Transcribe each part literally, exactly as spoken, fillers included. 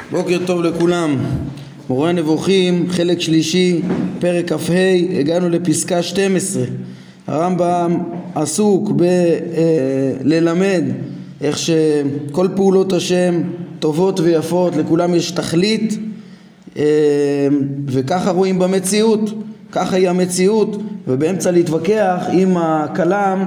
בוקר טוב לכולם. מורה הנבוכים, חלק שלישי, פרק כ"ה, הגענו לפסקה שתים עשרה. הרמב"ם עסוק בללמד איך שכל פעולות השם טובות ויפות, לכולם יש תכלית, וככה רואים במציאות, ככה היא המציאות, ובאמצע להתווכח עם הכלם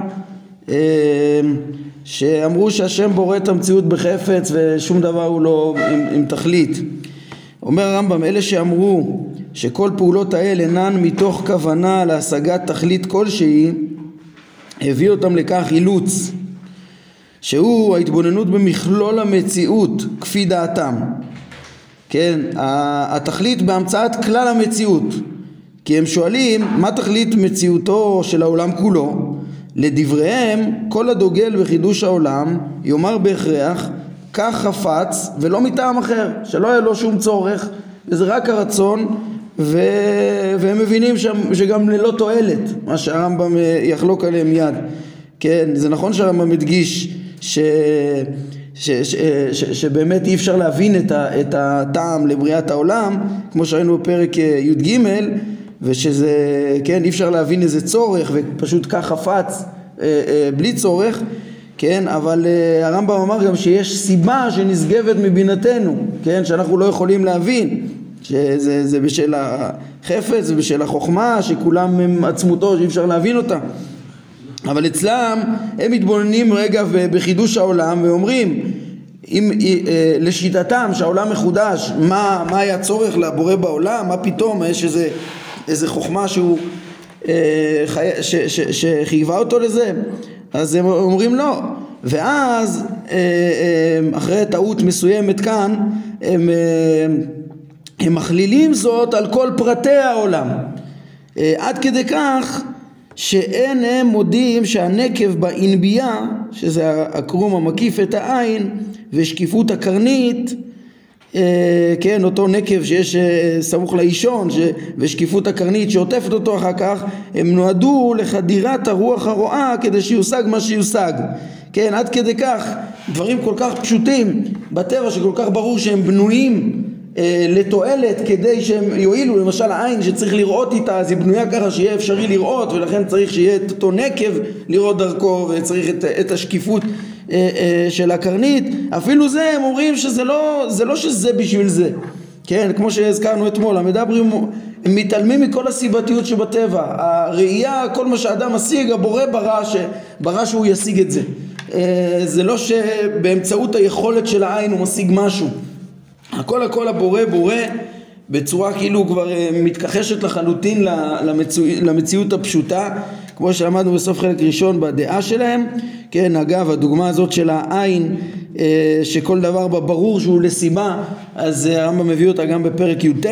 שאמרו שהשם בורא את המציאות בחפץ ושום דבר הוא לא עם, עם תכלית. אומר הרמב"ם, אלה שאמרו שכל פעולות האלה אינן מתוך כוונה להשגת תכלית כלשהי, הביא אותם לכך אילוץ, שהוא ההתבוננות במכלול המציאות כפי דעתם. כן, התכלית בהמצאת כלל המציאות, כי הם שואלים מה תכלית מציאותו של העולם כולו. לדבריהם כל הדוגל בחידוש העולם יאמר בהכרח כך חפץ ולא מטעם אחר, שלא יהיה לו שום צורך, וזה רק הרצון, ו... והם מבינים ש... שגם ללא תועלת, מה שהרמב"ם יחלוק עליהם מיד. כן, זה נכון שהרמב"ם מדגיש ש... ש... ש... ש... שבאמת אי אפשר להבין את, ה... את הטעם לבריאת העולם, כמו שראינו בפרק י"ג, ושזה, כן, אי אפשר להבין איזה צורך ופשוט כך חפץ אה, אה, בלי צורך, כן, אבל אה, הרמב"ם אמר גם שיש סיבה שנשגבת מבינתנו, כן, שאנחנו לא יכולים להבין, שזה זה בשל החפץ, זה בשל החוכמה, שכולם הם עצמותו, שאי אפשר להבין אותה. אבל אצלם הם מתבוננים רגע בחידוש העולם ואומרים, אם, אה, לשיטתם שהעולם מחודש, מה, מה היה צורך לבורא בעולם, מה פתאום, יש איזה איזה חוכמה שהוא אה, חי... ש... ש... שחייבה אותו לזה, אז הם אומרים לא, ואז אה, אה, אחרי טעות מסוימת כאן הם, אה, הם מכלילים זאת על כל פרטי העולם, אה, עד כדי כך שאין הם מודים שהנקב באנביה, שזה הקרום המקיף את העין, ושקיפות הקרנית, כן, אותו נקב שיש סמוך לאישון ושקיפות הקרנית שעוטפת אותו אחר כך, הם נועדו לחדירת הרוח הרואה כדי שיושג מה שיושג. כן, עד כדי כך דברים כל כך פשוטים בטבע שכל כך ברור שהם בנויים אה, לתועלת כדי שהם יועילו. למשל העין שצריך לראות איתה, אז היא בנויה ככה שיהיה אפשרי לראות, ולכן צריך שיהיה את אותו נקב לראות דרכו, וצריך את, את השקיפות של הקרנית. אפילו זה הם אומרים שזה לא, זה לא שזה בשביל זה, כן, כמו שהזכרנו אתמול, המדברים הם מתעלמים מכל הסיבתיות שבטבע, הראייה, כל מה שאדם משיג, הבורא ברא, ברא שהוא ישיג את זה. זה לא שבאמצעות היכולת של העין הוא משיג משהו, הכל הכל הבורא בורא בצורה כאילו כבר מתכחשת לחלוטין למציאות הפשוטה, כמו שלמדנו בסוף חלק ראשון בדעה שלהם. כן, אגב, הדוגמה הזאת של העין, שכל דבר בה ברור שהוא לסיבה, אז הרמב"ם מביא אותה גם בפרק י"ט.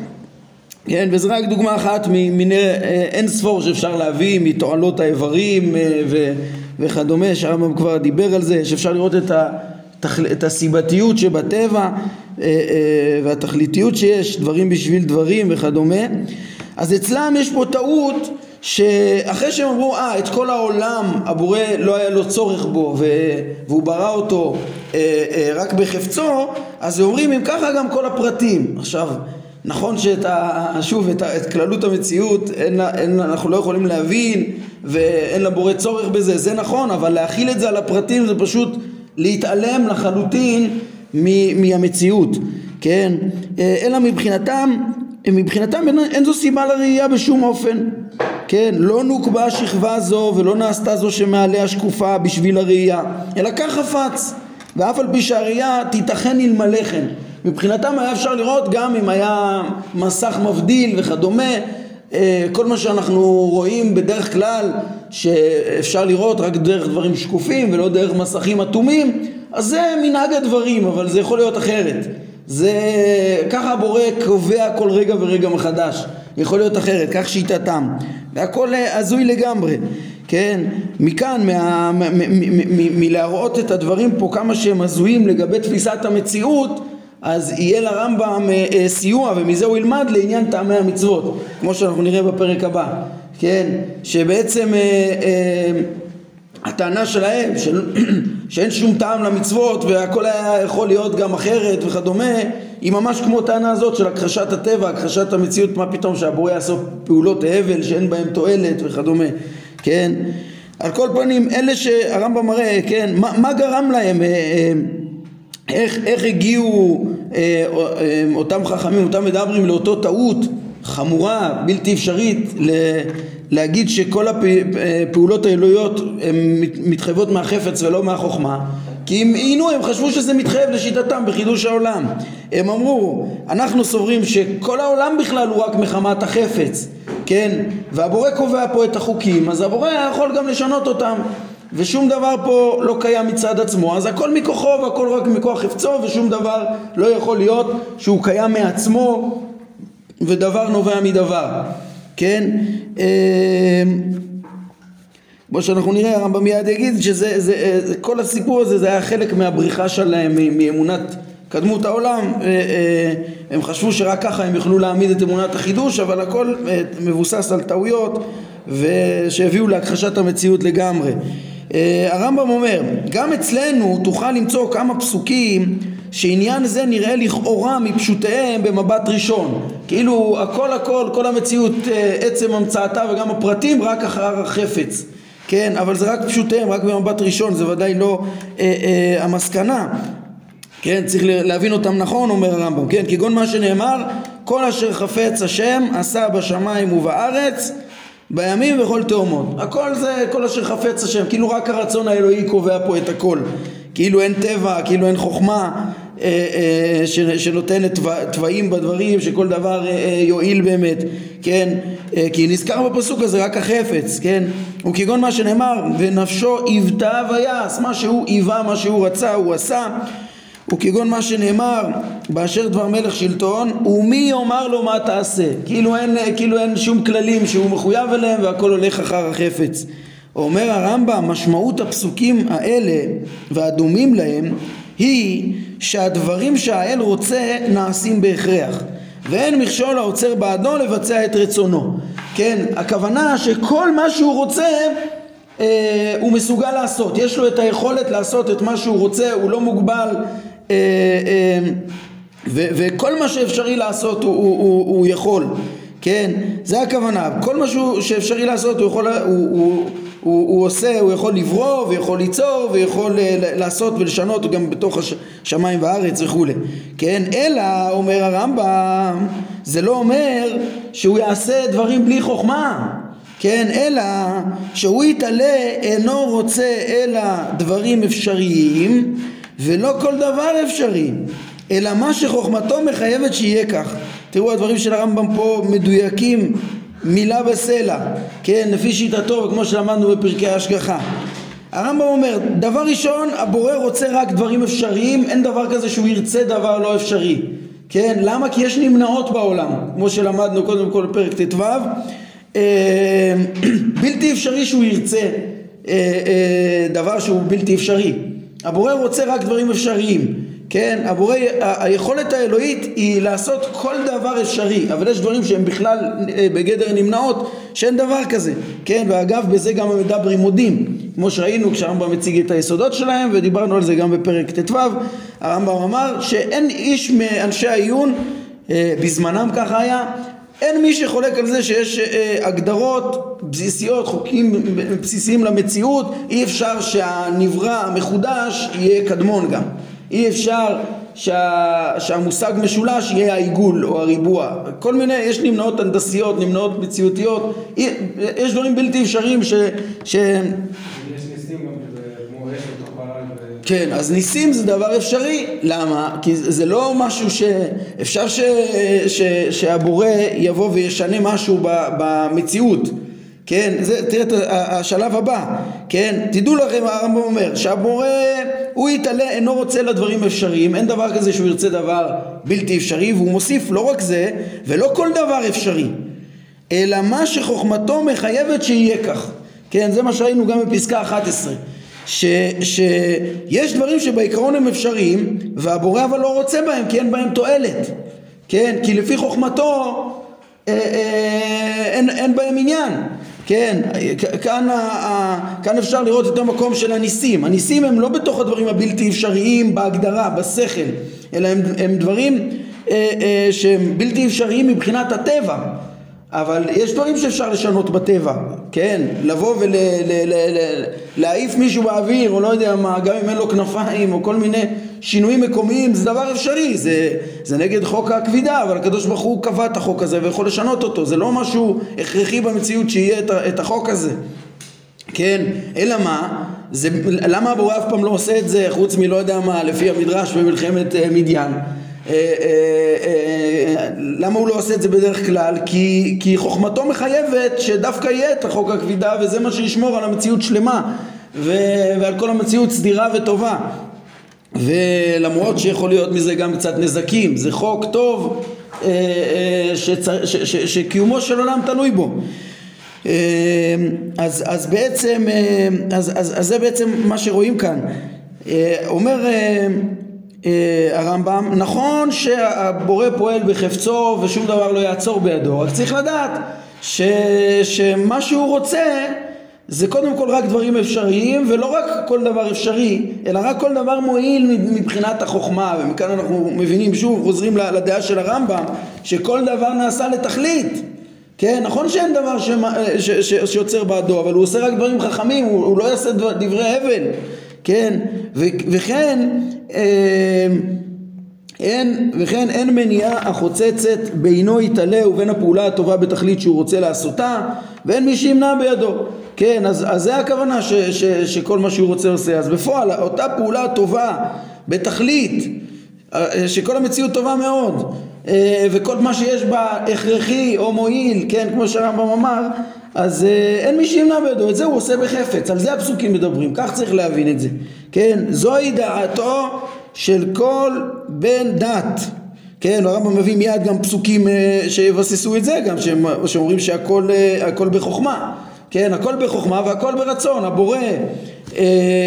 כן, וזה רק דוגמה אחת מיני אין ספור שאפשר להביא מתועלות האיברים ו- וכדומה, שהרמב"ם כבר דיבר על זה, שאפשר לראות את, ה- את הסיבתיות שבטבע והתכליתיות שיש, דברים בשביל דברים וכדומה. אז אצלם יש פה טעות, שאחרי שהם אמרו, אה, את כל העולם הבורא לא היה לו צורך בו והוא ברא אותו אה, אה, רק בחפצו, אז אומרים אם ככה גם כל הפרטים. עכשיו, נכון שאת ה, שוב, את, את כללות המציאות אין, אין, אנחנו לא יכולים להבין ואין לבורא צורך בזה, זה נכון, אבל להכיל את זה על הפרטים זה פשוט להתעלם לחלוטין מ, מהמציאות, כן? אלא מבחינתם, מבחינתם אין, אין זו סיבה לראייה בשום אופן. כן, לא נוקבה שכבה זו ולא נעשתה זו שמעליה שקופה בשביל הראייה, אלא כך חפץ, ואף על פי שהראייה תיתכן אלמלא כן. מבחינתם היה אפשר לראות גם אם היה מסך מבדיל וכדומה, כל מה שאנחנו רואים בדרך כלל שאפשר לראות רק דרך דברים שקופים ולא דרך מסכים אטומים, אז זה מנהג הדברים, אבל זה יכול להיות אחרת. זה ככה הבורא קובע כל רגע ורגע מחדש, יכול להיות אחרת, כך שיטתם, והכל הזוי לגמרי. כן, מכאן מה, מ, מ, מ, מ, מלהראות את הדברים פה כמה שהם הזויים לגבי תפיסת המציאות, אז יהיה לרמב"ם סיוע, ומזה הוא ילמד לעניין טעמי המצוות, כמו שאנחנו נראה בפרק הבא. כן, שבעצם הטענה שלהם של, שאין שום טעם למצוות והכל היה יכול להיות גם אחרת וכדומה, היא ממש כמו טענה הזאת של הכחשת הטבע, הכחשת המציאות, מה פתאום שהבורא יעשה פעולות הבל שאין בהם תועלת וכדומה, כן? על כל פנים, אלה שהרמב"ם מראה, כן, מה, מה גרם להם, איך, איך הגיעו אותם חכמים, אותם מדברים לאותו טעות חמורה, בלתי אפשרית, להגיד שכל הפעולות האלוהיות הן מתחייבות מהחפץ ולא מהחוכמה, כי הם עינו, הם חשבו שזה מתחייב לשיטתם בחידוש העולם. הם אמרו, אנחנו סוברים שכל העולם בכלל הוא רק מחמת החפץ, כן? והבורא קובע פה את החוקים, אז הבורא יכול גם לשנות אותם, ושום דבר פה לא קיים מצד עצמו, אז הכל מכוחו והכל רק מכוח חפצו, ושום דבר לא יכול להיות שהוא קיים מעצמו ודבר נובע מדבר, כן? כמו שאנחנו נראה, הרמב"ם מיד יגיד שזה, זה, זה, כל הסיפור הזה זה היה חלק מהבריחה שלהם מאמונת קדמות העולם. הם חשבו שרק ככה הם יוכלו להעמיד את אמונת החידוש, אבל הכל מבוסס על טעויות ושהביאו להכחשת המציאות לגמרי. הרמב"ם אומר, גם אצלנו תוכל למצוא כמה פסוקים שעניין זה נראה לכאורה מפשוטיהם במבט ראשון, כאילו הכל הכל, כל המציאות, עצם המצאתה וגם הפרטים רק אחר החפץ, כן, אבל זה רק פשוטיהם, רק במבט ראשון, זה ודאי לא אה, אה, המסקנה, כן, צריך להבין אותם נכון, אומר הרמב"ם, כן, כגון מה שנאמר, כל אשר חפץ השם עשה בשמיים ובארץ, בימים וכל תאומות. הכל זה, כל אשר חפץ השם, כאילו רק הרצון האלוהי קובע פה את הכל, כאילו אין טבע, כאילו אין חוכמה אה, אה, שנותנת טבעים בדברים, שכל דבר אה, יועיל באמת, כן, אה, כי נזכר בפסוק הזה רק החפץ, כן, וכגון מה שנאמר, ונפשו עיוותה ויעש, מה שהוא עיווה, מה שהוא רצה, הוא עשה, וכגון מה שנאמר, באשר דבר מלך שלטון, ומי יאמר לו מה תעשה, כאילו אין, כאילו אין שום כללים שהוא מחויב אליהם והכל הולך אחר החפץ. אומר הרמב"ם, משמעות הפסוקים האלה והדומים להם היא שהדברים שהאל רוצה נעשים בהכרח, ואין מכשול העוצר בעדו לבצע את רצונו. כן, הכוונה שכל מה שהוא רוצה אה, הוא מסוגל לעשות, יש לו את היכולת לעשות את מה שהוא רוצה, הוא לא מוגבל, אה, אה, ו- וכל מה שאפשרי לעשות הוא, הוא, הוא, הוא יכול, כן, זה הכוונה, כל מה שאפשרי לעשות הוא יכול, הוא, הוא, הוא, הוא עושה, הוא יכול לברוא ויכול ליצור ויכול לעשות ולשנות גם בתוך השמיים והארץ וכו', כן, אלא אומר הרמב"ם, זה לא אומר שהוא יעשה דברים בלי חוכמה, כן, אלא שהוא יתעלה אינו רוצה אלא דברים אפשריים ולא כל דבר אפשרי, אלא מה שחוכמתו מחייבת שיהיה כך. תראו, הדברים של הרמב"ם פה מדויקים מילה בסלע, כן, לפי שיטתו וכמו שלמדנו בפרקי ההשגחה. הרמב"ם אומר, דבר ראשון, הבורא רוצה רק דברים אפשריים, אין דבר כזה שהוא ירצה דבר לא אפשרי, כן, למה? כי יש נמנעות בעולם, כמו שלמדנו קודם כל בפרק ט"ו, בלתי אפשרי שהוא ירצה דבר שהוא בלתי אפשרי, הבורא רוצה רק דברים אפשריים, כן, הבורא, היכולת האלוהית היא לעשות כל דבר אפשרי, אבל יש דברים שהם בכלל בגדר נמנעות שאין דבר כזה, כן, ואגב בזה גם המדברים מודים, כמו שראינו כשהרמב"ם מציג את היסודות שלהם, ודיברנו על זה גם בפרק ט"ו. הרמב"ם אמר שאין איש מאנשי העיון, בזמנם ככה היה, אין מי שחולק על זה שיש הגדרות בסיסיות, חוקים בסיסיים למציאות, אי אפשר שהנברא המחודש יהיה קדמון גם, אי אפשר שה, שהמושג משולש יהיה העיגול או הריבוע, כל מיני, יש נמנעות הנדסיות, נמנעות מציאותיות, יש דברים בלתי אפשריים ש... ש... יש ניסים גם כמו אש ותוך בעל ו... כן, אז ניסים זה דבר אפשרי, למה? כי זה לא משהו שאפשר ש... ש... שהבורא יבוא וישנה משהו במציאות, כן, זה, תראה את השלב הבא, כן, תדעו לכם, הרמב"ם אומר שהבורא הוא יתעלה, אינו רוצה לדברים אפשריים, אין דבר כזה שהוא ירצה דבר בלתי אפשרי, והוא מוסיף לא רק זה ולא כל דבר אפשרי, אלא מה שחוכמתו מחייבת שיהיה כך, כן, זה מה שראינו גם בפסקה אחת עשרה, ש, שיש דברים שבעיקרון הם אפשריים והבורא אבל לא רוצה בהם כי אין בהם תועלת, כן, כי לפי חוכמתו אה, אה, אין, אין בהם עניין, כן, כאן, כאן אפשר לראות את המקום של הניסים. הניסים הם לא בתוך הדברים הבלתי אפשריים בהגדרה, בשכל, אלא הם, הם דברים אה, אה, שהם בלתי אפשריים מבחינת הטבע. אבל יש דברים שאפשר לשנות בטבע, כן, לבוא ולהעיף מישהו באוויר, או לא יודע מה, גם אם אין לו כנפיים, או כל מיני שינויים מקומיים, זה דבר אפשרי, זה, זה נגד חוק הכבידה, אבל הקדוש ברוך הוא קבע את החוק הזה ויכול לשנות אותו, זה לא משהו הכרחי במציאות שיהיה את, את החוק הזה, כן, אלא מה, זה, למה הבורא אף פעם לא עושה את זה, חוץ מלא יודע מה, לפי המדרש במלחמת מדיין, למה הוא לא עושה את זה בדרך כלל? כי, כי חוכמתו מחייבת שדווקא יהיה את החוק הכבידה, וזה מה שישמור על המציאות שלמה ו, ועל כל המציאות סדירה וטובה, ולמרות שיכול להיות מזה גם קצת נזקים, זה חוק טוב שצר, ש, ש, ש, שקיומו של עולם תלוי בו. אז, אז בעצם אז, אז, אז זה בעצם מה שרואים כאן. אומר הרמב"ם, נכון שהבורא פועל בחפצו ושום דבר לא יעצור בידו, רק צריך לדעת ש, שמה שהוא רוצה זה קודם כל רק דברים אפשריים, ולא רק כל דבר אפשרי, אלא רק כל דבר מועיל מבחינת החוכמה. ומכאן אנחנו מבינים, שוב חוזרים לדעה של הרמב"ם, שכל דבר נעשה לתכלית. כן, נכון שאין דבר ש, ש, ש, שיוצר בעדו, אבל הוא עושה רק דברים חכמים, הוא, הוא לא יעשה דבר, דברי הבל. כן, ו, וכן אה, אין, וכן אין מניעה החוצצת בינו יתעלה ובין הפעולה הטובה בתכלית שהוא רוצה לעשותה, ואין מי שימנע בידו. כן, אז, אז זה הכוונה ש, ש, שכל מה שהוא רוצה עושה. אז בפועל אותה פעולה טובה בתכלית, שכל המציאות טובה מאוד, וכל מה שיש בה הכרחי או מועיל, כן, כמו שהרמב"ם אמר, אז אין מי שימנע בידו. את זה הוא עושה בחפץ, על זה הפסוקים מדברים, כך צריך להבין את זה. כן, זוהי דעתו של כל בן דת. כן, הרמב"ם מביא מיד גם פסוקים שיבססו את זה, גם שאומרים שהכל הכל בחוכמה. כן, הכל בחוכמה והכל ברצון. הבורא אה,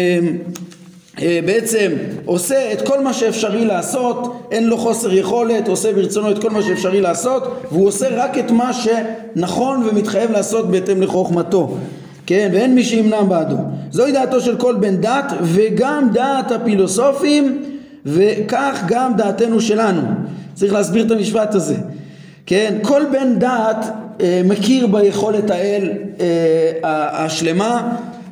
אה, בעצם עושה את כל מה שאפשרי לעשות, אין לו חוסר יכולת, עושה ברצונו את כל מה שאפשרי לעשות, והוא עושה רק את מה שנכון ומתחייב לעשות בהתאם לחוכמתו. כן, ואין מי שימנע בעדו. זוהי דעתו של כל בן דת, וגם דעת הפילוסופים, וכך גם דעתנו שלנו. צריך להסביר את המשפט הזה. כן, כל בן דעת אה, מכיר ביכולת האל אה, השלמה,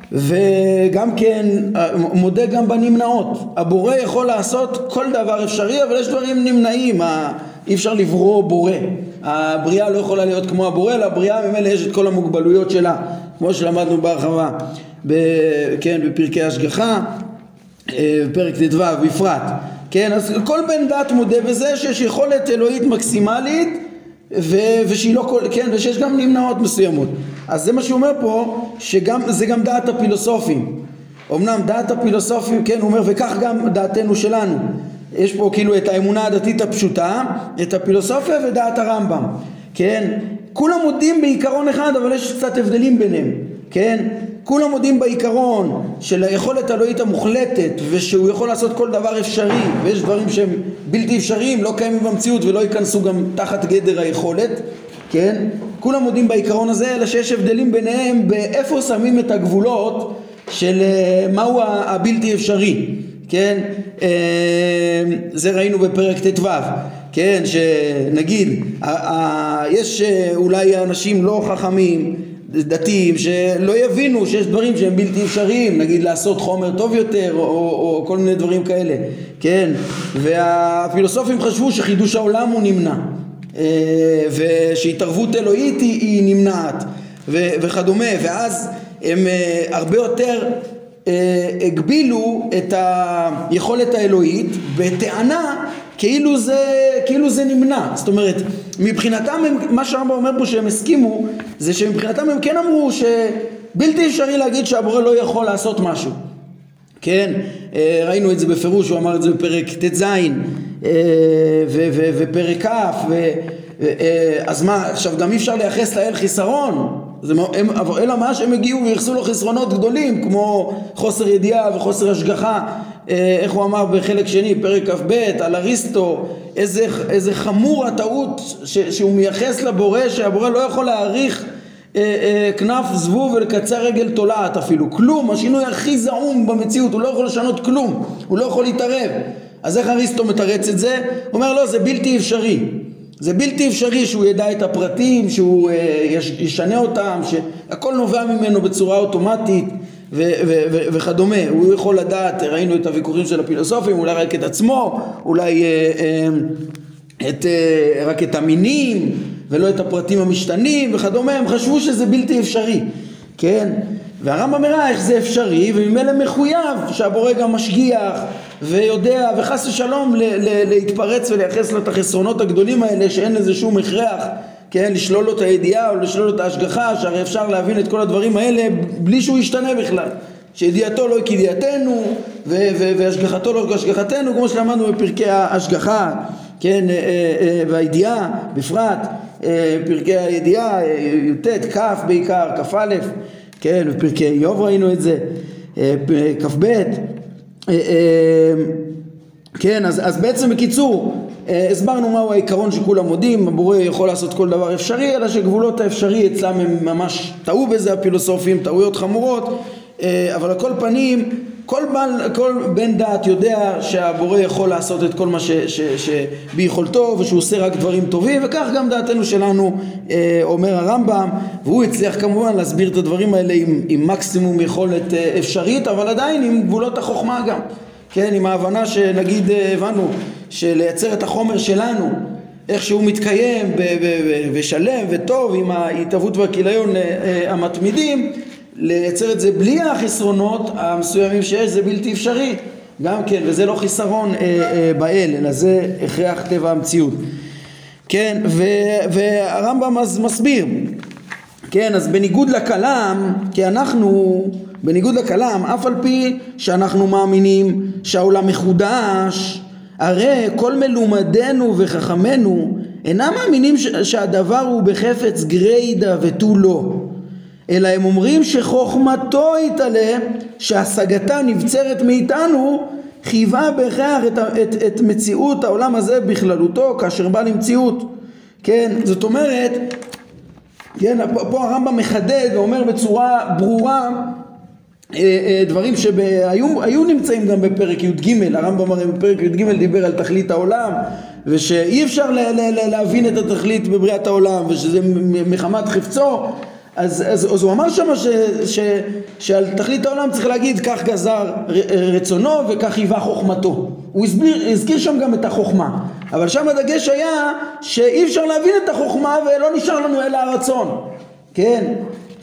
וגם כן אה, מודה גם בנמנעות. הבורא יכול לעשות כל דבר אפשרי, אבל יש דברים נמנעים, אה, אי אפשר לברוא בורא. הבריאה לא יכולה להיות כמו הבורא, לבריאה ממילא יש את כל המוגבלויות שלה, כמו שלמדנו בהרחבה, ב, כן, בפרקי השגחה, אה, בפרק ט"ו בפרט. כן, אז כל בן דת מודה בזה שיש יכולת אלוהית מקסימלית, ו- ושהיא לא, כן, ושיש גם נמנעות מסוימות. אז זה מה שהוא אומר פה, שגם, זה גם דעת הפילוסופים. אמנם דעת הפילוסופים, כן, הוא אומר, וכך גם דעתנו שלנו. יש פה כאילו את האמונה הדתית הפשוטה, את הפילוסופיה ודעת הרמב"ם. כן, כולם מודים בעיקרון אחד, אבל יש קצת הבדלים ביניהם. כן, כולם מודים בעיקרון של היכולת האלוהית המוחלטת, ושהוא יכול לעשות כל דבר אפשרי, ויש דברים שהם בלתי אפשריים, לא קיימים במציאות ולא ייכנסו גם תחת גדר היכולת. כן, כולם מודים בעיקרון הזה, אלא שיש הבדלים ביניהם באיפה שמים את הגבולות של מהו הבלתי אפשרי. כן, זה ראינו בפרק ט"ו. כן, שנגיד יש אולי אנשים לא חכמים דתיים שלא יבינו שיש דברים שהם בלתי אפשריים, נגיד לעשות חומר טוב יותר או, או כל מיני דברים כאלה. כן, והפילוסופים חשבו שחידוש העולם הוא נמנע, ושהתערבות אלוהית היא, היא נמנעת וכדומה, ואז הם הרבה יותר הגבילו את היכולת האלוהית בטענה כאילו זה, כאילו זה נמנע. זאת אומרת, מבחינתם, הם, מה שהרמב"ם אומר פה שהם הסכימו, זה שמבחינתם הם כן אמרו שבלתי אפשרי להגיד שהבורא לא יכול לעשות משהו. כן, ראינו את זה בפירוש, הוא אמר את זה בפרק ט"ז ופרק כ', אז מה, עכשיו גם אי אפשר לייחס לאל חיסרון, אלא מה שהם הגיעו ויחסו לו חסרונות גדולים, כמו חוסר ידיעה וחוסר השגחה. איך הוא אמר בחלק שני, פרק כ"ב, על אריסטו, איזה, איזה חמור הטעות ש, שהוא מייחס לבורא, שהבורא לא יכול להעריך כנף זבוב ולקצר רגל תולעת אפילו, כלום, השינוי הכי זעום במציאות, הוא לא יכול לשנות כלום, הוא לא יכול להתערב. אז איך אריסטו מתרץ את זה? הוא אומר לא, זה בלתי אפשרי, זה בלתי אפשרי שהוא ידע את הפרטים, שהוא ישנה אותם, שהכל נובע ממנו בצורה אוטומטית ו- ו- ו- וכדומה. הוא יכול לדעת, ראינו את הוויכוחים של הפילוסופים, אולי רק את עצמו, אולי אה, אה, את, אה, רק את המינים ולא את הפרטים המשתנים וכדומה. הם חשבו שזה בלתי אפשרי, כן? והרמב"ם מראה איך זה אפשרי, וממילא מחויב שהבורא גם משגיח ויודע וחס ושלום ל- ל- להתפרץ ולייחס לו את החסרונות הגדולים האלה, שאין לזה שום הכרח, כן, לשלול לו את הידיעה או לשלול לו את ההשגחה, שהרי אפשר להבין את כל הדברים האלה בלי שהוא ישתנה בכלל, שידיעתו לא כידיעתנו ו- ו- והשגחתו לא כהשגחתנו, כמו שלמדנו בפרקי ההשגחה, כן, והידיעה בפרט, פרקי הידיעה י"ט, כ' בעיקר, כ' א', כן, בפרקי איוב ראינו את זה, כ' ב', כן, אז, אז בעצם בקיצור הסברנו מהו העיקרון שכולם מודים, הבורא יכול לעשות כל דבר אפשרי, אלא שגבולות האפשרי אצלם הם ממש טעו בזה הפילוסופים, טעויות חמורות, אבל על כל פנים כל, בל, כל בן דעת יודע שהבורא יכול לעשות את כל מה ש, ש, שביכולתו, ושהוא עושה רק דברים טובים, וכך גם דעתנו שלנו, אומר הרמב"ם, והוא הצליח כמובן להסביר את הדברים האלה עם, עם מקסימום יכולת אפשרית, אבל עדיין עם גבולות החוכמה גם, כן, עם ההבנה שנגיד הבנו שלייצר את החומר שלנו איך שהוא מתקיים ושלם וטוב עם ההתהוות והכיליון המתמידים, לייצר את זה בלי החסרונות המסוימים שיש, זה בלתי אפשרי גם כן, וזה לא חיסרון באל, אלא זה הכרח טבע המציאות, כן. והרמב"ם אז מסביר, כן, אז בניגוד לכלם, כי אנחנו בניגוד לכלם, אף על פי שאנחנו מאמינים שהעולם מחודש, הרי כל מלומדנו וחכמנו אינם מאמינים שהדבר הוא בחפץ גריידא ותו לא, אלא הם אומרים שחוכמתו יתעלה, שהשגתה נבצרת מאיתנו, חייבה בהכרח את, את, את מציאות העולם הזה בכללותו כאשר בא למציאות, כן. זאת אומרת, כן, פה הרמב"ם מחדד ואומר בצורה ברורה דברים שהיו היו נמצאים גם בפרק י"ג. הרמב"ם הרי בפרק י"ג דיבר על תכלית העולם, ושאי אפשר ל- ל- ל- להבין את התכלית בבריאת העולם, ושזה מחמת חפצו. אז, אז, אז הוא אמר שמה ש, ש, שעל תכלית העולם צריך להגיד כך גזר רצונו וכך היווה חוכמתו. הוא הסביר, הזכיר שם גם את החוכמה, אבל שם הדגש היה שאי אפשר להבין את החוכמה ולא נשאר לנו אלא הרצון, כן.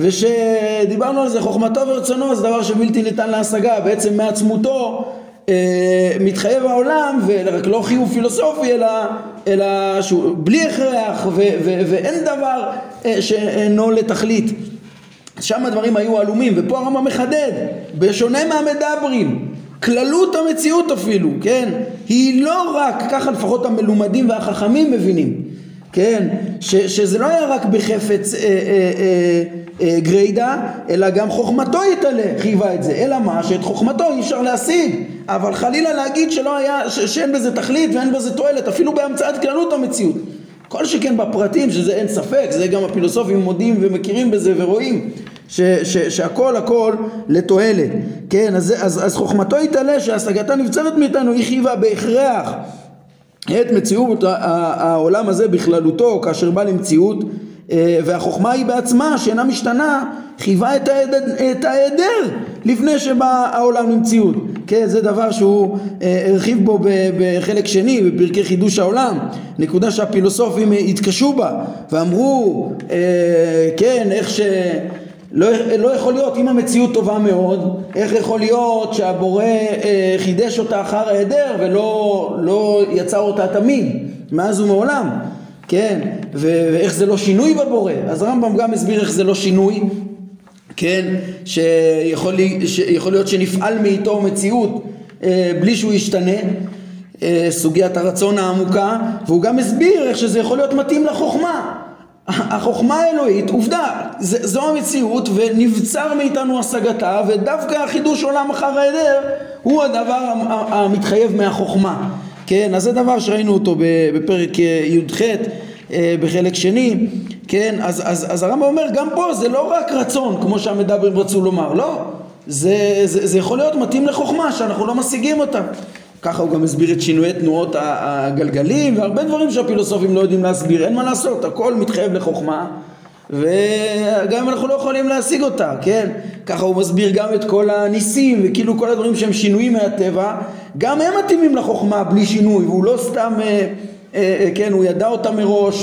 ושדיברנו על זה, חוכמתו ורצונו זה דבר שבלתי ניתן להשגה, בעצם מעצמותו אה, מתחייב העולם, ורק לא חיוב פילוסופי, אלא, אלא שהוא בלי הכרח ו, ו, ואין דבר אה, שאינו לתכלית. שם הדברים היו עלומים, ופה הרמב"ם מחדד, בשונה מהמדברים, כללות המציאות אפילו, כן, היא לא רק, ככה לפחות המלומדים והחכמים מבינים, כן, ש, שזה לא היה רק בחפץ אה, אה, אה, אה, גריידא, אלא גם חוכמתו יתעלה, חייבה את זה. אלא מה? שאת חוכמתו אי אפשר להשיג, אבל חלילה להגיד שלא היה, ש, שאין בזה תכלית ואין בזה תועלת, אפילו בהמצאת כללות המציאות. כל שכן בפרטים, שזה אין ספק, זה גם הפילוסופים מודים ומכירים בזה ורואים ש, ש, שהכל הכל לתועלת, כן. אז, אז, אז חוכמתו יתעלה, שהשגתה נבצרת מאיתנו, היא חייבה בהכרח את מציאות העולם הזה בכללותו כאשר בא למציאות, והחוכמה היא בעצמה שאינה משתנה חייבה את ההיעדר לפני שבא העולם למציאות, כן. זה דבר שהוא הרחיב בו בחלק שני בפרקי חידוש העולם, נקודה שהפילוסופים התקשו בה ואמרו, כן, איך ש... לא, לא יכול להיות, אם המציאות טובה מאוד, איך יכול להיות שהבורא אה, חידש אותה אחר ההיעדר ולא לא יצר אותה תמיד מאז ומעולם, כן. ו- ואיך זה לא שינוי בבורא. אז הרמב"ם גם הסביר איך זה לא שינוי, כן, שיכול, לי, שיכול להיות שנפעל מאיתו מציאות אה, בלי שהוא ישתנה, אה, סוגיית הרצון העמוקה. והוא גם הסביר איך שזה יכול להיות מתאים לחוכמה, החוכמה האלוהית, עובדה, זו המציאות ונבצר מאיתנו השגתה, ודווקא החידוש עולם אחר ההיעדר הוא הדבר המתחייב מהחוכמה, כן. אז זה דבר שראינו אותו בפרק י"ח בחלק שני, כן, אז, אז, אז הרמב"ם אומר, גם פה זה לא רק רצון, כמו שהמדברים רצו לומר, לא, זה, זה, זה יכול להיות מתאים לחוכמה, שאנחנו לא משיגים אותה. ככה הוא גם הסביר את שינויי תנועות הגלגלים, והרבה דברים שהפילוסופים לא יודעים להסביר, אין מה לעשות, הכל מתחייב לחוכמה, וגם אם אנחנו לא יכולים להשיג אותה, כן? ככה הוא מסביר גם את כל הניסים, וכאילו כל הדברים שהם שינויים מהטבע, גם הם מתאימים לחוכמה בלי שינוי, והוא לא סתם, אה, אה, כן, הוא ידע אותה מראש,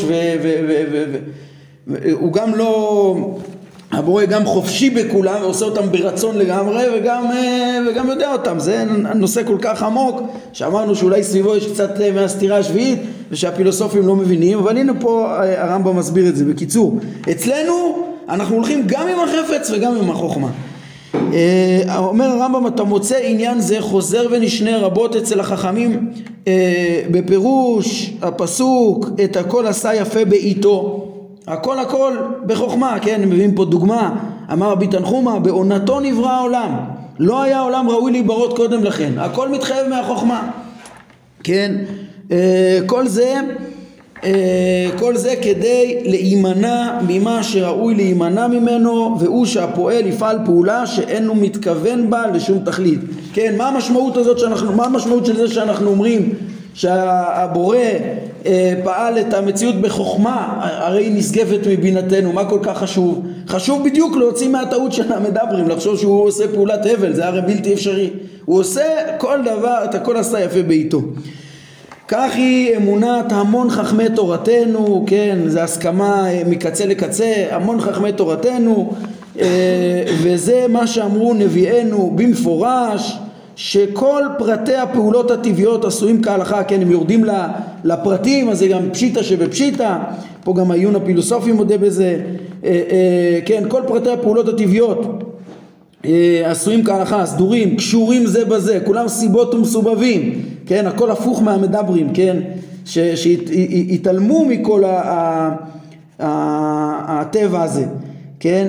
והוא גם לא, הבורא גם חופשי בכולם, ועושה אותם ברצון לגמרי, וגם, אה, וגם יודע אותם. זה נושא כל כך עמוק, שאמרנו שאולי סביבו יש קצת מהסתירה השביעית, ושהפילוסופים לא מבינים, אבל הנה פה הרמב"ם מסביר את זה. בקיצור, אצלנו אנחנו הולכים גם עם החפץ וגם עם החוכמה. אומר הרמב"ם, אתה מוצא עניין זה חוזר ונשנה רבות אצל החכמים בפירוש הפסוק, את הכל עשה יפה בעיתו. הכל הכל בחוכמה, כן? הם מביאים פה דוגמה, אמר רבי תנחומא, בעונתו נברא העולם, לא היה העולם ראוי להיברות קודם לכן, הכל מתחייב מהחוכמה, כן? כל זה כל זה כדי להימנע ממה שראוי להימנע ממנו, והוא שהפועל יפעל פעולה שאינו מתכוון בה לשום תכלית. כן, מה המשמעות הזאת שאנחנו, מה המשמעות של זה שאנחנו אומרים שהבורא פעל את המציאות בחוכמה, הרי היא נשגבת מבינתנו? מה כל כך חשוב? חשוב בדיוק להוציא מהטעות של המדברים, לחשוב שהוא עושה פעולת הבל, זה הרי בלתי אפשרי. הוא עושה כל דבר, את הכל עשה יפה בעיתו. כך היא אמונת המון חכמי תורתנו, כן, זה הסכמה מקצה לקצה, המון חכמי תורתנו, וזה מה שאמרו נביאנו במפורש, שכל פרטי הפעולות הטבעיות עשויים כהלכה, כן, הם יורדים לפרטים, אז זה גם פשיטה שבפשיטה, פה גם העיון הפילוסופי מודה בזה, כן, כל פרטי הפעולות הטבעיות עשויים כהלכה, סדורים, קשורים זה בזה, כולם סיבות ומסובבים, כן, הכל הפוך מהמדברים, כן, שהתעלמו מכל הטבע הזה, כן,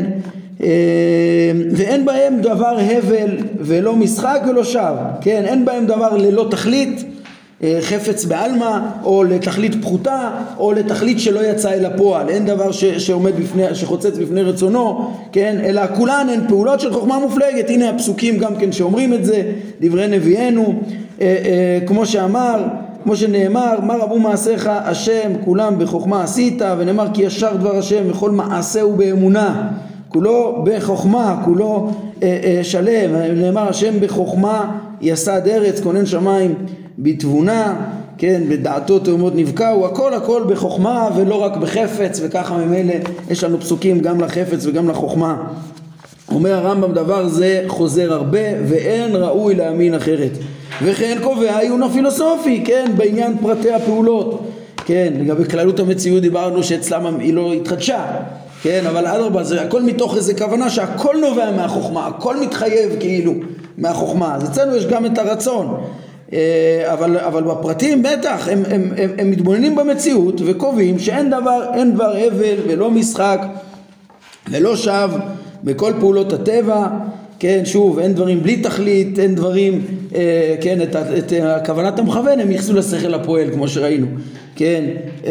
ואין בהם דבר הבל ולא משחק ולא שווא, כן, אין בהם דבר ללא תכלית, חפץ בעלמא, או לתכלית פחותה, או לתכלית שלא יצא אל הפועל. אין דבר ש, שעומד בפני, שחוצץ בפני רצונו, כן, אלא כולן הן פעולות של חוכמה מופלגת. הנה הפסוקים גם כן שאומרים את זה, דברי נביאנו, אה, אה, כמו שאמר, כמו שנאמר, מה רבו מעשיך השם, כולם בחוכמה עשית, ונאמר כי ישר דבר השם וכל מעשהו באמונה, כולו בחוכמה, כולו אה, אה, שלם. נאמר השם בחוכמה יסד ארץ, כונן שמיים בתבונה, כן, בדעתו תאומות נבקעו, הכל הכל בחוכמה ולא רק בחפץ, וככה ממילא יש לנו פסוקים גם לחפץ וגם לחוכמה. אומר הרמב"ם, דבר זה חוזר הרבה ואין ראוי להאמין אחרת. וכן קובע עיון הפילוסופי, כן, בעניין פרטי הפעולות, כן, לגבי כללות המציאות דיברנו שאצלם היא לא התחדשה, כן, אבל אדרבה, זה הכל מתוך איזה כוונה שהכל נובע מהחוכמה, הכל מתחייב כאילו מהחוכמה. אז אצלנו יש גם את הרצון, אבל, אבל בפרטים בטח הם, הם, הם, הם מתבוננים במציאות וקובעים שאין דבר, אין דבר הבל ולא משחק ולא שווא בכל פעולות הטבע, כן, שוב, אין דברים בלי תכלית, אין דברים, אה, כן, את, את, את כוונת המכוון הם יחסו לשכל הפועל כמו שראינו, כן, אה,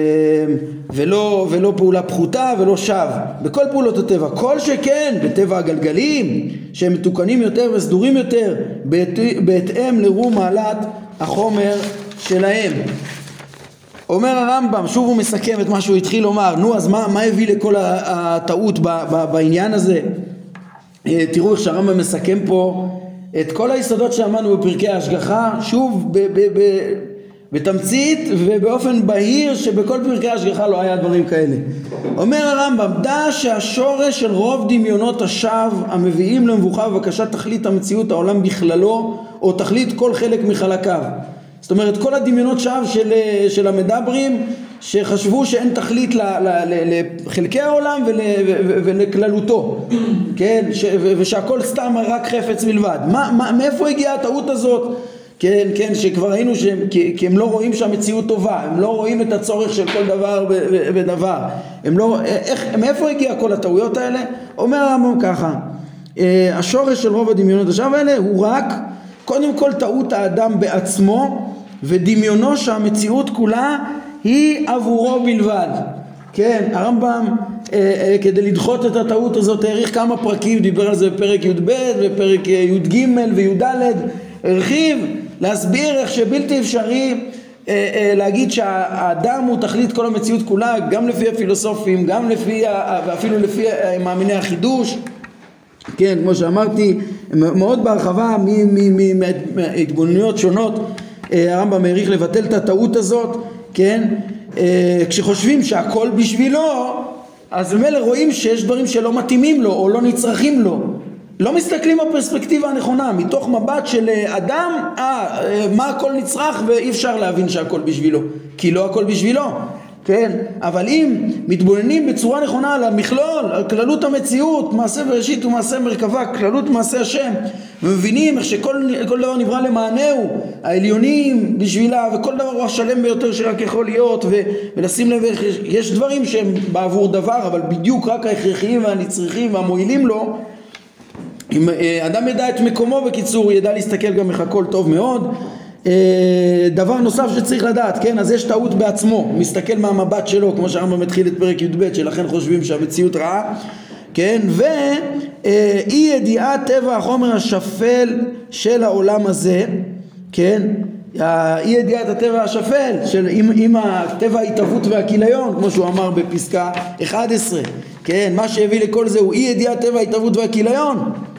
ולא, ולא פעולה פחותה ולא שווא בכל פעולות הטבע, כל שכן בטבע הגלגלים שהם מתוקנים יותר וסדורים יותר בעת, בהתאם לרום מעלת החומר שלהם. אומר הרמב"ם, שוב הוא מסכם את מה שהוא התחיל לומר, נו אז מה, מה הביא לכל הטעות ב, ב, בעניין הזה? תראו איך שהרמב"ם מסכם פה את כל היסודות שאמרנו בפרקי ההשגחה, שוב ב, ב, ב, בתמצית ובאופן בהיר שבכל פרקי ההשגחה לא היה דברים כאלה. אומר הרמב"ם, דע שהשורש של רוב דמיונות השווא המביאים למבוכה ובקשת תכלית המציאות העולם בכללו או תכלית כל חלק מחלקיו, זאת אומרת כל הדמיונות שווא של, של המדברים שחשבו שאין תכלית לחלקי העולם ול, ולכללותו, כן, ש, ושהכל סתם רק חפץ מלבד. מה, מה, מאיפה הגיעה הטעות הזאת? כן, כן, שכבר ראינו שהם, כי, כי הם לא רואים שהמציאות טובה, הם לא רואים את הצורך של כל דבר ודבר, הם לא, איך, מאיפה הגיעה כל הטעויות האלה? אומר הרמב"ם ככה, השורש של רוב הדמיונות השווא האלה הוא רק קודם כל טעות האדם בעצמו ודמיונו שהמציאות כולה היא עבורו בלבד, כן, הרמב"ם אה, אה, כדי לדחות את הטעות הזאת העריך כמה פרקים, דיבר על זה בפרק י"ב ופרק י"ג וי"ד, הרחיב להסביר איך שבלתי אפשרי אה, אה, להגיד שהאדם הוא תכלית כל המציאות כולה, גם לפי הפילוסופים, גם לפי, ואפילו לפי מאמיני החידוש. כן, כמו שאמרתי, מאוד בהרחבה מהתבוננויות שונות הרמב"ם העריך לבטל את הטעות הזאת, כן? כשחושבים שהכל בשבילו, אז ממילא רואים שיש דברים שלא מתאימים לו או לא נצרכים לו. לא מסתכלים בפרספקטיבה הנכונה, מתוך מבט של אדם, אה, מה הכל נצרך, ואי אפשר להבין שהכל בשבילו, כי לא הכל בשבילו. כן, אבל אם מתבוננים בצורה נכונה על המכלול, על כללות המציאות, מעשה בראשית ומעשה מרכבה, כללות מעשה השם, ומבינים איך שכל כל דבר נברא למענהו, העליונים בשבילה, וכל דבר הוא השלם ביותר שרק יכול להיות, ו, ולשים לב, יש דברים שהם בעבור דבר, אבל בדיוק רק ההכרחיים והנצרכים והמועילים לו. אם אדם ידע את מקומו, בקיצור, ידע להסתכל גם איך הכל טוב מאוד. דבר נוסף שצריך לדעת, כן, אז יש טעות בעצמו, מסתכל מהמבט שלו, כמו שהרמב"ם מתחיל את פרק י"ב, שלכן חושבים שהמציאות רעה, כן, ואי ידיעת טבע החומר השפל של העולם הזה, כן, אי ידיעת הטבע השפל של עם, עם הטבע ההתהוות והכיליון, כמו שהוא אמר בפסקה אחת עשרה, כן, מה שהביא לכל זה הוא אי ידיעת טבע ההתהוות והכיליון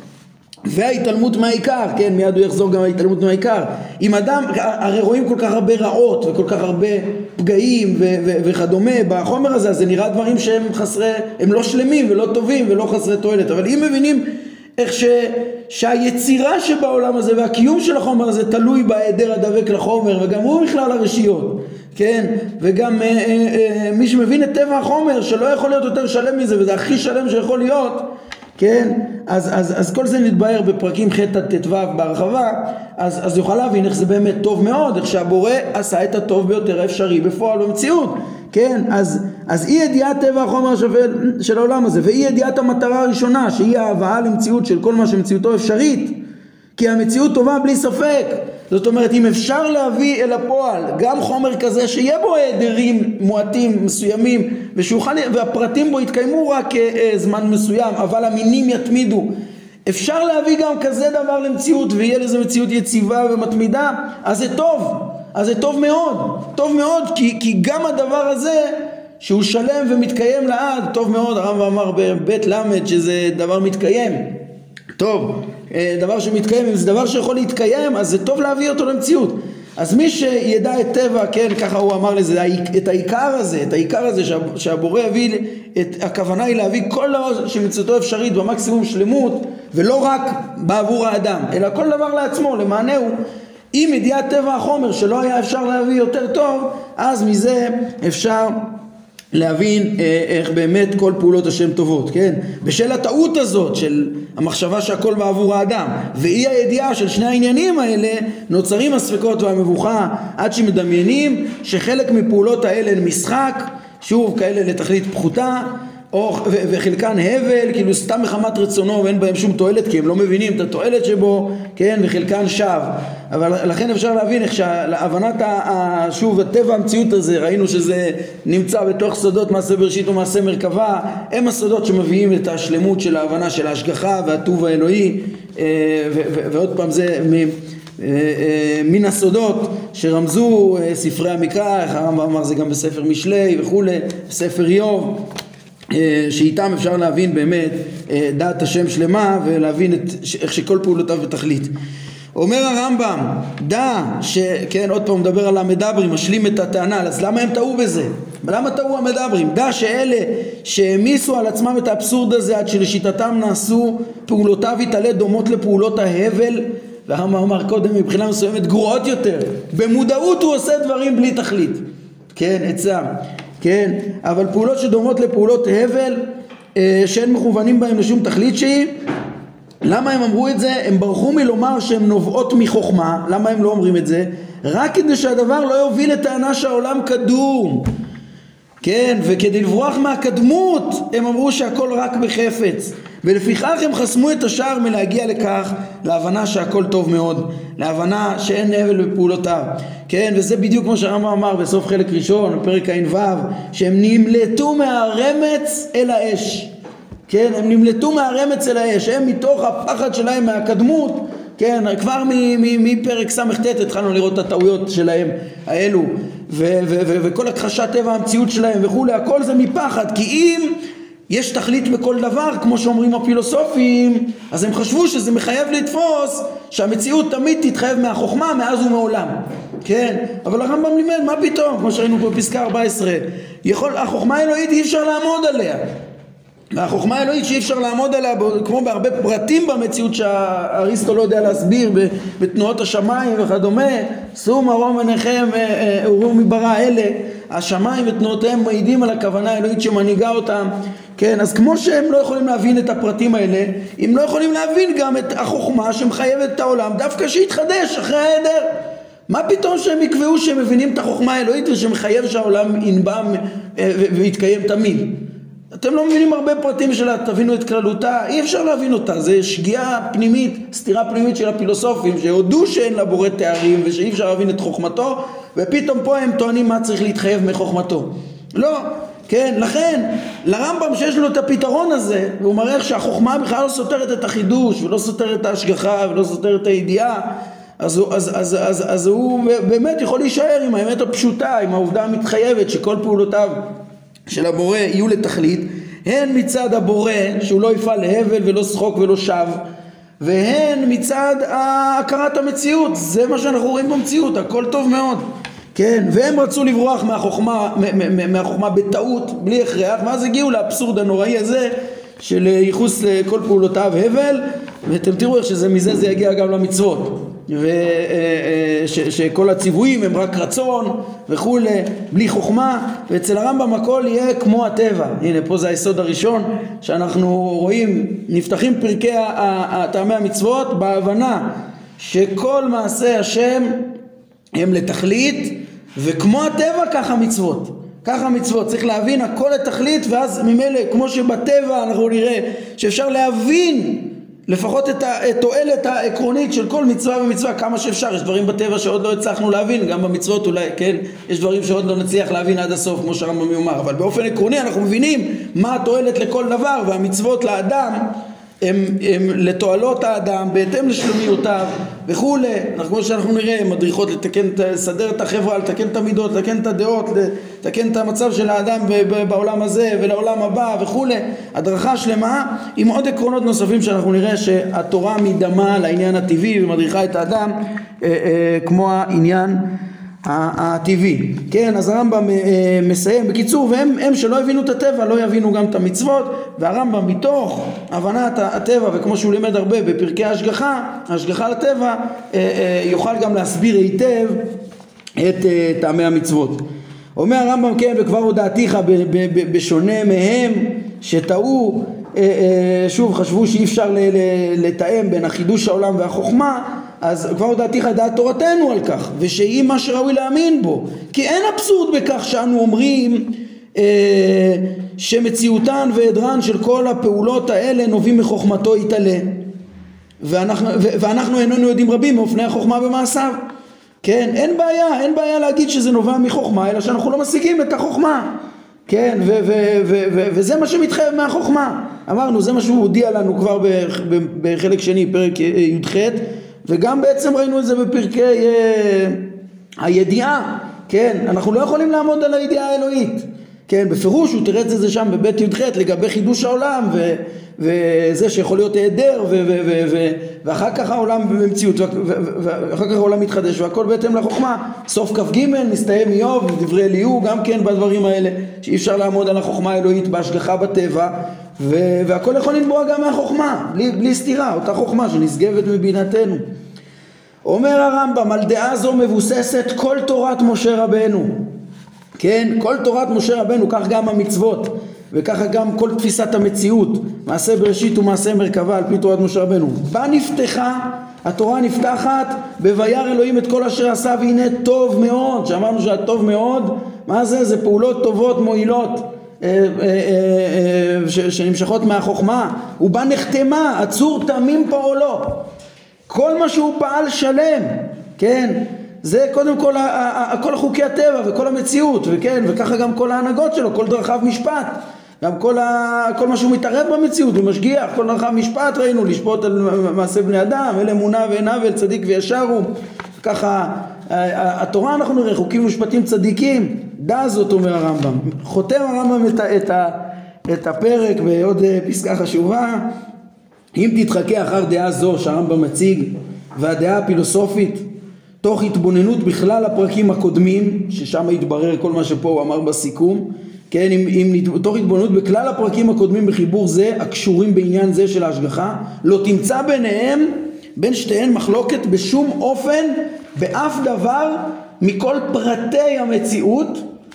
וההתעלמות מהעיקר, כן, מיד הוא יחזור גם ההתעלמות מהעיקר. אם אדם, הרי רואים כל כך הרבה רעות וכל כך הרבה פגעים ו- ו- וכדומה בחומר הזה, אז זה נראה דברים שהם חסרי, הם לא שלמים ולא טובים ולא חסרי תועלת. אבל אם מבינים איך ש- שהיצירה שבעולם הזה והקיום של החומר הזה תלוי בהיעדר הדבק לחומר, וגם הוא בכלל הרשיות, כן, וגם אה, אה, אה, מי שמבין את טבע החומר שלא יכול להיות יותר שלם מזה, וזה הכי שלם שיכול להיות, כן, אז, אז, אז כל זה נתבהר בפרקים ח' עד ט"ו בהרחבה, אז, אז יוכל להבין איך זה באמת טוב מאוד, איך שהבורא עשה את הטוב ביותר האפשרי בפועל במציאות, כן, אז, אז אי ידיעת טבע החומר השפל של העולם הזה, ואי ידיעת המטרה הראשונה, שהיא ההבאה למציאות של כל מה שמציאותו אפשרית, כי המציאות טובה בלי ספק. זאת אומרת, אם אפשר להביא אל הפועל גם חומר כזה שיהיה בו היעדרים מועטים מסוימים, ושוכל, והפרטים בו יתקיימו רק אה, זמן מסוים, אבל המינים יתמידו, אפשר להביא גם כזה דבר למציאות ויהיה לזה מציאות יציבה ומתמידה, אז זה טוב, אז זה טוב מאוד, טוב מאוד, כי, כי גם הדבר הזה שהוא שלם ומתקיים לעד, טוב מאוד. הרמב"ם אמר בבית למד שזה דבר מתקיים, טוב, דבר שמתקיים, אם זה דבר שיכול להתקיים, אז זה טוב להביא אותו למציאות. אז מי שידע את טבע, כן, ככה הוא אמר לזה, את העיקר הזה, את העיקר הזה שהבורא הביא, את הכוונה היא להביא כל דבר שמציאותו אפשרית במקסימום שלמות, ולא רק בעבור האדם, אלא כל דבר לעצמו, למענהו. אם ידיעת טבע החומר שלא היה אפשר להביא יותר טוב, אז מזה אפשר להבין איך באמת כל פעולות השם טובות, כן? בשל הטעות הזאת של המחשבה שהכל בעבור האדם ואי הידיעה של שני העניינים האלה, נוצרים הספקות והמבוכה, עד שמדמיינים שחלק מפעולות האלה הן משחק, שוב כאלה לתכלית פחותה, או, ו- וחלקן הבל, כאילו סתם מחמת רצונו ואין בהם שום תועלת, כי הם לא מבינים את התועלת שבו, כן, וחלקן שב. אבל לכן אפשר להבין איך שהבנת ה- שוב הטבע המציאות הזה, ראינו שזה נמצא בתוך סודות מעשה בראשית ומעשה מרכבה, הם הסודות שמביאים את השלמות של ההבנה של ההשגחה והטוב האלוהי, ו- ו- ועוד פעם זה מ- מן הסודות שרמזו ספרי המקרא, הרמב"ם אמר זה גם בספר משלי וכולי, בספר איוב, שאיתם אפשר להבין באמת דעת השם שלמה ולהבין את, איך שכל פעולותיו בתכלית. אומר הרמב"ם, דע שכן, עוד פעם מדבר על המדברים, משלים את הטענה, אז למה הם טעו בזה? למה טעו המדברים? דע שאלה שהמיסו על עצמם את האבסורד הזה עד שלשיטתם נעשו פעולותיו יתעלה דומות לפעולות ההבל, והרמב"ם אמר קודם מבחינה מסוימת גרועות יותר, במודעות הוא עושה דברים בלי תכלית, כן, עצם, כן, אבל פעולות שדומות לפעולות הבל אה, שאין מכוונים בהם לשום תכלית שהיא. למה הם אמרו את זה? הם ברחו מלומר שהן נובעות מחוכמה. למה הם לא אומרים את זה? רק כדי שהדבר לא יוביל לטענה שהעולם קדום, כן, וכדי לברוח מהקדמות הם אמרו שהכל רק בחפץ, ולפיכך הם חסמו את השער מלהגיע לכך, להבנה שהכל טוב מאוד, להבנה שאין הבל בפעולותיו. כן, וזה בדיוק כמו שהרמב"ם אמר בסוף חלק ראשון, בפרק ע"ו, שהם נמלטו מהרמץ אל האש. כן, הם נמלטו מהרמץ אל האש, הם מתוך הפחד שלהם מהקדמות, כן, כבר מפרק ס"ט התחלנו לראות את הטעויות שלהם האלו, ו- ו- ו- וכל הכחשת טבע המציאות שלהם וכו', הכל זה מפחד, כי אם יש תכלית בכל דבר, כמו שאומרים הפילוסופים, אז הם חשבו שזה מחייב לתפוס שהמציאות תמיד תתחייב מהחוכמה מאז ומעולם. כן, אבל הרמב"ם לימד, מה פתאום, כמו שראינו פה בפסקה ארבע עשרה, יכול, החוכמה האלוהית אי אפשר לעמוד עליה. והחוכמה האלוהית שאי אפשר לעמוד עליה, כמו בהרבה פרטים במציאות שהאריסטו לא יודע להסביר, בתנועות השמיים וכדומה, שאו מרום עיניכם וראו מברא אלה, השמיים ותנועותיהם מעידים על הכוונה האלוהית שמנהיגה אותם. כן, אז כמו שהם לא יכולים להבין את הפרטים האלה, הם לא יכולים להבין גם את החוכמה שמחייבת את העולם דווקא שיתחדש אחרי ההיעדר. מה פתאום שהם יקבעו שהם מבינים את החוכמה האלוהית ושמחייב שהעולם ינבע ויתקיים תמיד? אתם לא מבינים הרבה פרטים שלה, תבינו את כללותה, אי אפשר להבין אותה, זה שגיאה פנימית, סתירה פנימית של הפילוסופים שהודו שאין לה בורא תארים ושאי אפשר להבין את חוכמתו, ופתאום פה הם טוענים מה צריך להתחייב מחוכמתו. לא, כן, לכן לרמב"ם שיש לו את הפתרון הזה, והוא מראה שהחוכמה בכלל לא סותרת את החידוש ולא סותרת את ההשגחה ולא סותרת את הידיעה, אז הוא, אז, אז, אז, אז הוא באמת יכול להישאר עם האמת הפשוטה, עם העובדה המתחייבת שכל פעולותיו של הבורא יהיו לתכלית, הן מצד הבורא שהוא לא יפעל להבל ולא שחוק ולא שב, והן מצד הכרת המציאות. זה מה שאנחנו רואים במציאות, הכל טוב מאוד. כן, והם רצו לברוח מהחוכמה, מהחוכמה בטעות, בלי הכרח, ואז הגיעו לאבסורד הנוראי הזה של ייחוס לכל פעולותיו הבל, ואתם תראו איך שזה מזה זה יגיע גם למצוות, ושכל הציוויים הם רק רצון וכו', בלי חוכמה. ואצל הרמב"ם הכל יהיה כמו הטבע. הנה פה זה היסוד הראשון שאנחנו רואים, נפתחים פרקי טעמי המצוות בהבנה שכל מעשה השם הם לתכלית, וכמו הטבע ככה מצוות, ככה מצוות, צריך להבין הכל לתכלית, ואז ממילא כמו שבטבע אנחנו נראה שאפשר להבין לפחות את התועלת העקרונית של כל מצווה ומצווה כמה שאפשר. יש דברים בטבע שעוד לא הצלחנו להבין, גם במצוות אולי, כן, יש דברים שעוד לא נצליח להבין עד הסוף כמו שהרמב"ם יאמר, אבל באופן עקרוני אנחנו מבינים מה התועלת לכל דבר, והמצוות לאדם הם, הם לתועלות האדם בהתאם לשלומיותיו וכו'. כמו שאנחנו נראה, הם מדריכות לתקן, לסדר את החברה, לתקן את המידות, לתקן את הדעות, לתקן את המצב של האדם בעולם הזה ולעולם הבא וכו'. הדרכה שלמה עם עוד עקרונות נוספים שאנחנו נראה שהתורה מדמה לעניין הטבעי ומדריכה את האדם אה, אה, כמו העניין הטבעי. כן, אז הרמב"ם מסיים בקיצור, והם הם שלא הבינו את הטבע לא יבינו גם את המצוות, והרמב"ם מתוך הבנת הטבע וכמו שהוא לימד הרבה בפרקי ההשגחה, ההשגחה לטבע, יוכל גם להסביר היטב את טעמי המצוות. אומר הרמב"ם, כן, וכבר הודעתיך בשונה מהם שטעו, שוב חשבו שאי אפשר לתאם בין החידוש העולם והחוכמה, אז כבר הודעתיך דעת תורתנו על כך, ושהיא מה שראוי להאמין בו, כי אין אבסורד בכך שאנו אומרים אה, שמציאותן והיעדרן של כל הפעולות האלה נובעים מחוכמתו יתעלה, ואנחנו, ו, ואנחנו איננו יודעים רבים מאופני החוכמה במעשיו. כן, אין בעיה, אין בעיה להגיד שזה נובע מחוכמה, אלא שאנחנו לא משיגים את החוכמה. כן, ו- ו- ו- ו- וזה מה שמתחייב מהחוכמה. אמרנו, זה מה שהוא הודיע לנו כבר בחלק שני, פרק י"ח, וגם בעצם ראינו את זה בפרקי uh, הידיעה. כן, אנחנו לא יכולים לעמוד על הידיעה האלוהית. כן, בפירוש הוא תראה את זה שם בבית י"ח לגבי חידוש העולם ו- וזה שיכול להיות היעדר ו- ו- ו- ו- ואחר כך העולם במציאות ואחר כך העולם מתחדש והכל בהתאם לחוכמה. סוף כ"ג נסתיים איוב ודברי אליהו גם כן בדברים האלה שאי אפשר לעמוד על החוכמה האלוהית בהשגחה בטבע, ו- והכל יכול לנבוע גם מהחוכמה בלי, בלי סתירה, אותה חוכמה שנשגבת מבינתנו. אומר הרמב"ם, על דעה זו מבוססת כל תורת משה רבנו. כן, כל תורת משה רבנו, כך גם המצוות וככה גם כל תפיסת המציאות, מעשה בראשית ומעשה מרכבה על פי תורת משה רבנו. בה נפתחה, התורה נפתחת בוירא אלוהים את כל אשר עשה והנה טוב מאוד, שאמרנו שהטוב מאוד מה זה? זה פעולות טובות מועילות שנמשכות מהחוכמה. הוא בא נחתמה, עצור תמים פעולו, כל מה שהוא פעל שלם, כן, זה קודם כל כל חוקי הטבע וכל המציאות, וכן, וככה גם כל ההנהגות שלו, כל דרכיו משפט, גם כל, ה... כל מה שהוא מתערב במציאות ומשגיח, כל דרכיו משפט ראינו, לשפוט על מעשה בני אדם, אל אמונה ואין עוול, צדיק וישר הוא, ככה התורה אנחנו נראה חוקים ומשפטים צדיקים, דע זאת אומר הרמב"ם. חותם הרמב"ם את, את, את הפרק בעוד פסקה חשובה, אם תתחכה אחר דעה זו שהרמב"ם מציג והדעה הפילוסופית תוך התבוננות בכלל הפרקים הקודמים, ששם יתברר כל מה שפה הוא אמר בסיכום, כן, אם, אם תוך התבוננות בכלל הפרקים הקודמים בחיבור זה הקשורים בעניין זה של ההשגחה, לא תמצא ביניהם בין שתיהן מחלוקת בשום אופן באף דבר מכל פרטי המציאות,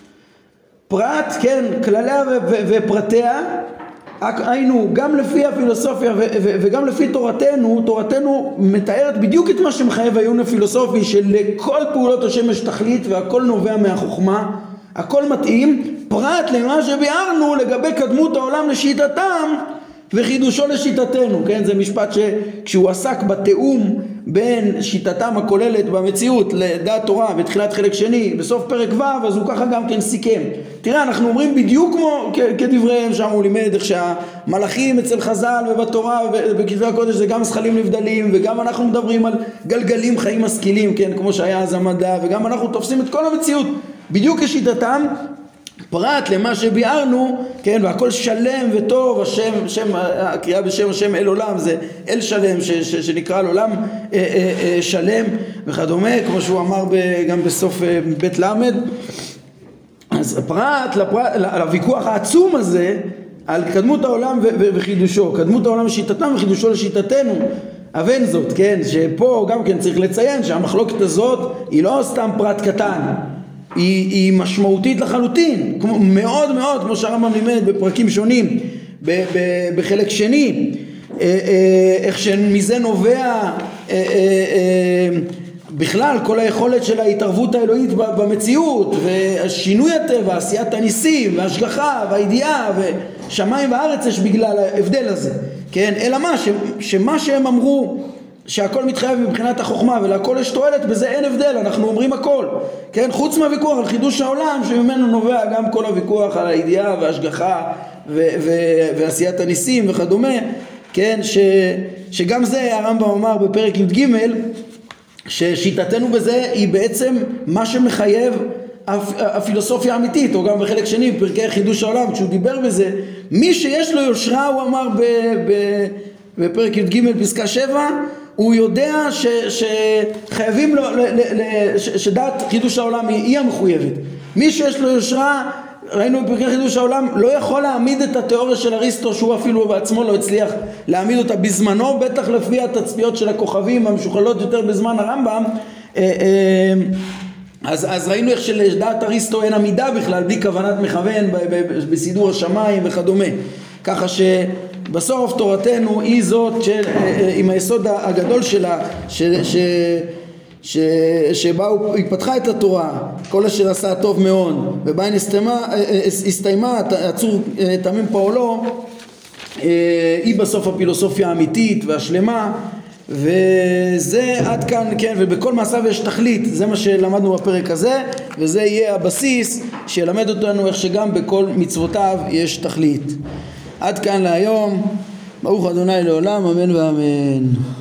פרט, כן, כלליה ו- ו- ופרטיה, היינו גם לפי הפילוסופיה ו- ו- וגם לפי תורתנו, תורתנו מתארת בדיוק את מה שמחייב העיון הפילוסופי שלכל פעולות השם יש תכלית והכל נובע מהחוכמה, הכל מתאים, פרט למה שביארנו לגבי קדמות העולם לשיטתם וחידושו לשיטתנו, כן, זה משפט שכשהוא עסק בתאום בין שיטתם הכוללת במציאות לדעת תורה בתחילת חלק שני בסוף פרק ו', אז הוא ככה גם כן סיכם. תראה, אנחנו אומרים בדיוק כמו כדבריהם, שם הוא לימד איך שהמלאכים אצל חז"ל ובתורה ובכתבי הקודש זה גם זכלים נבדלים, וגם אנחנו מדברים על גלגלים חיים משכילים, כן, כמו שהיה אז המדע, וגם אנחנו תופסים את כל המציאות בדיוק כשיטתם, פרט למה שביארנו, כן, והכל שלם וטוב, השם, שם, הקריאה בשם השם אל עולם, זה אל שלם, ש, ש, שנקרא על עולם אה, אה, אה, שלם וכדומה, כמו שהוא אמר ב, גם בסוף אה, בית למד. אז פרט לפרט, לוויכוח העצום הזה, על קדמות העולם ו, ו, וחידושו, קדמות העולם לשיטתם וחידושו לשיטתנו, אבן זאת, כן, שפה גם כן צריך לציין שהמחלוקת הזאת היא לא סתם פרט קטן, היא, היא משמעותית לחלוטין, כמו, מאוד מאוד, כמו שהרמב"ם לימד בפרקים שונים, ב, ב, בחלק שני, אה, אה, איך שמזה נובע אה, אה, אה, בכלל כל היכולת של ההתערבות האלוהית במציאות, והשינוי הטבע, עשיית הניסים, וההשגחה, והידיעה, ושמיים וארץ יש בגלל ההבדל הזה, כן? אלא מה? ש, שמה שהם אמרו, שהכל מתחייב מבחינת החוכמה ולהכל יש תועלת, בזה אין הבדל, אנחנו אומרים הכל, כן? חוץ מהוויכוח על חידוש העולם שממנו נובע גם כל הוויכוח על הידיעה וההשגחה ו- ו- ועשיית הניסים וכדומה, כן? ש- שגם זה הרמב"ם אמר בפרק י"ג, ששיטתנו בזה היא בעצם מה שמחייב הפילוסופיה האמיתית, או גם בחלק שני בפרקי חידוש העולם כשהוא דיבר בזה, מי שיש לו יושרה, הוא אמר ב- ב- בפרק י"ג פסקה שבע, הוא יודע ש, שחייבים לו, ל, ל, ל, ש, שדעת חידוש העולם היא, היא המחויבת. מי שיש לו יושרה, ראינו בפרקי חידוש העולם, לא יכול להעמיד את התיאוריה של אריסטו, שהוא אפילו בעצמו לא הצליח להעמיד אותה בזמנו, בטח לפי התצפיות של הכוכבים המשוכללות יותר בזמן הרמב"ם. אז, אז ראינו איך שלדעת אריסטו אין עמידה בכלל, בלי כוונת מכוון בסידור השמיים וכדומה. ככה שבסוף תורתנו היא זאת של, עם היסוד הגדול שלה, ש, ש, ש, שבה הוא התפתחה את התורה, כל אשר עשה טוב מאוד, ובה הסתיימה, הסתיימה עצור תמים פעולו, היא בסוף הפילוסופיה האמיתית והשלמה, וזה עד כאן, כן, ובכל מעשיו יש תכלית, זה מה שלמדנו בפרק הזה, וזה יהיה הבסיס שילמד אותנו איך שגם בכל מצוותיו יש תכלית. עד כאן להיום, ברוך ה' לעולם, אמן ואמן.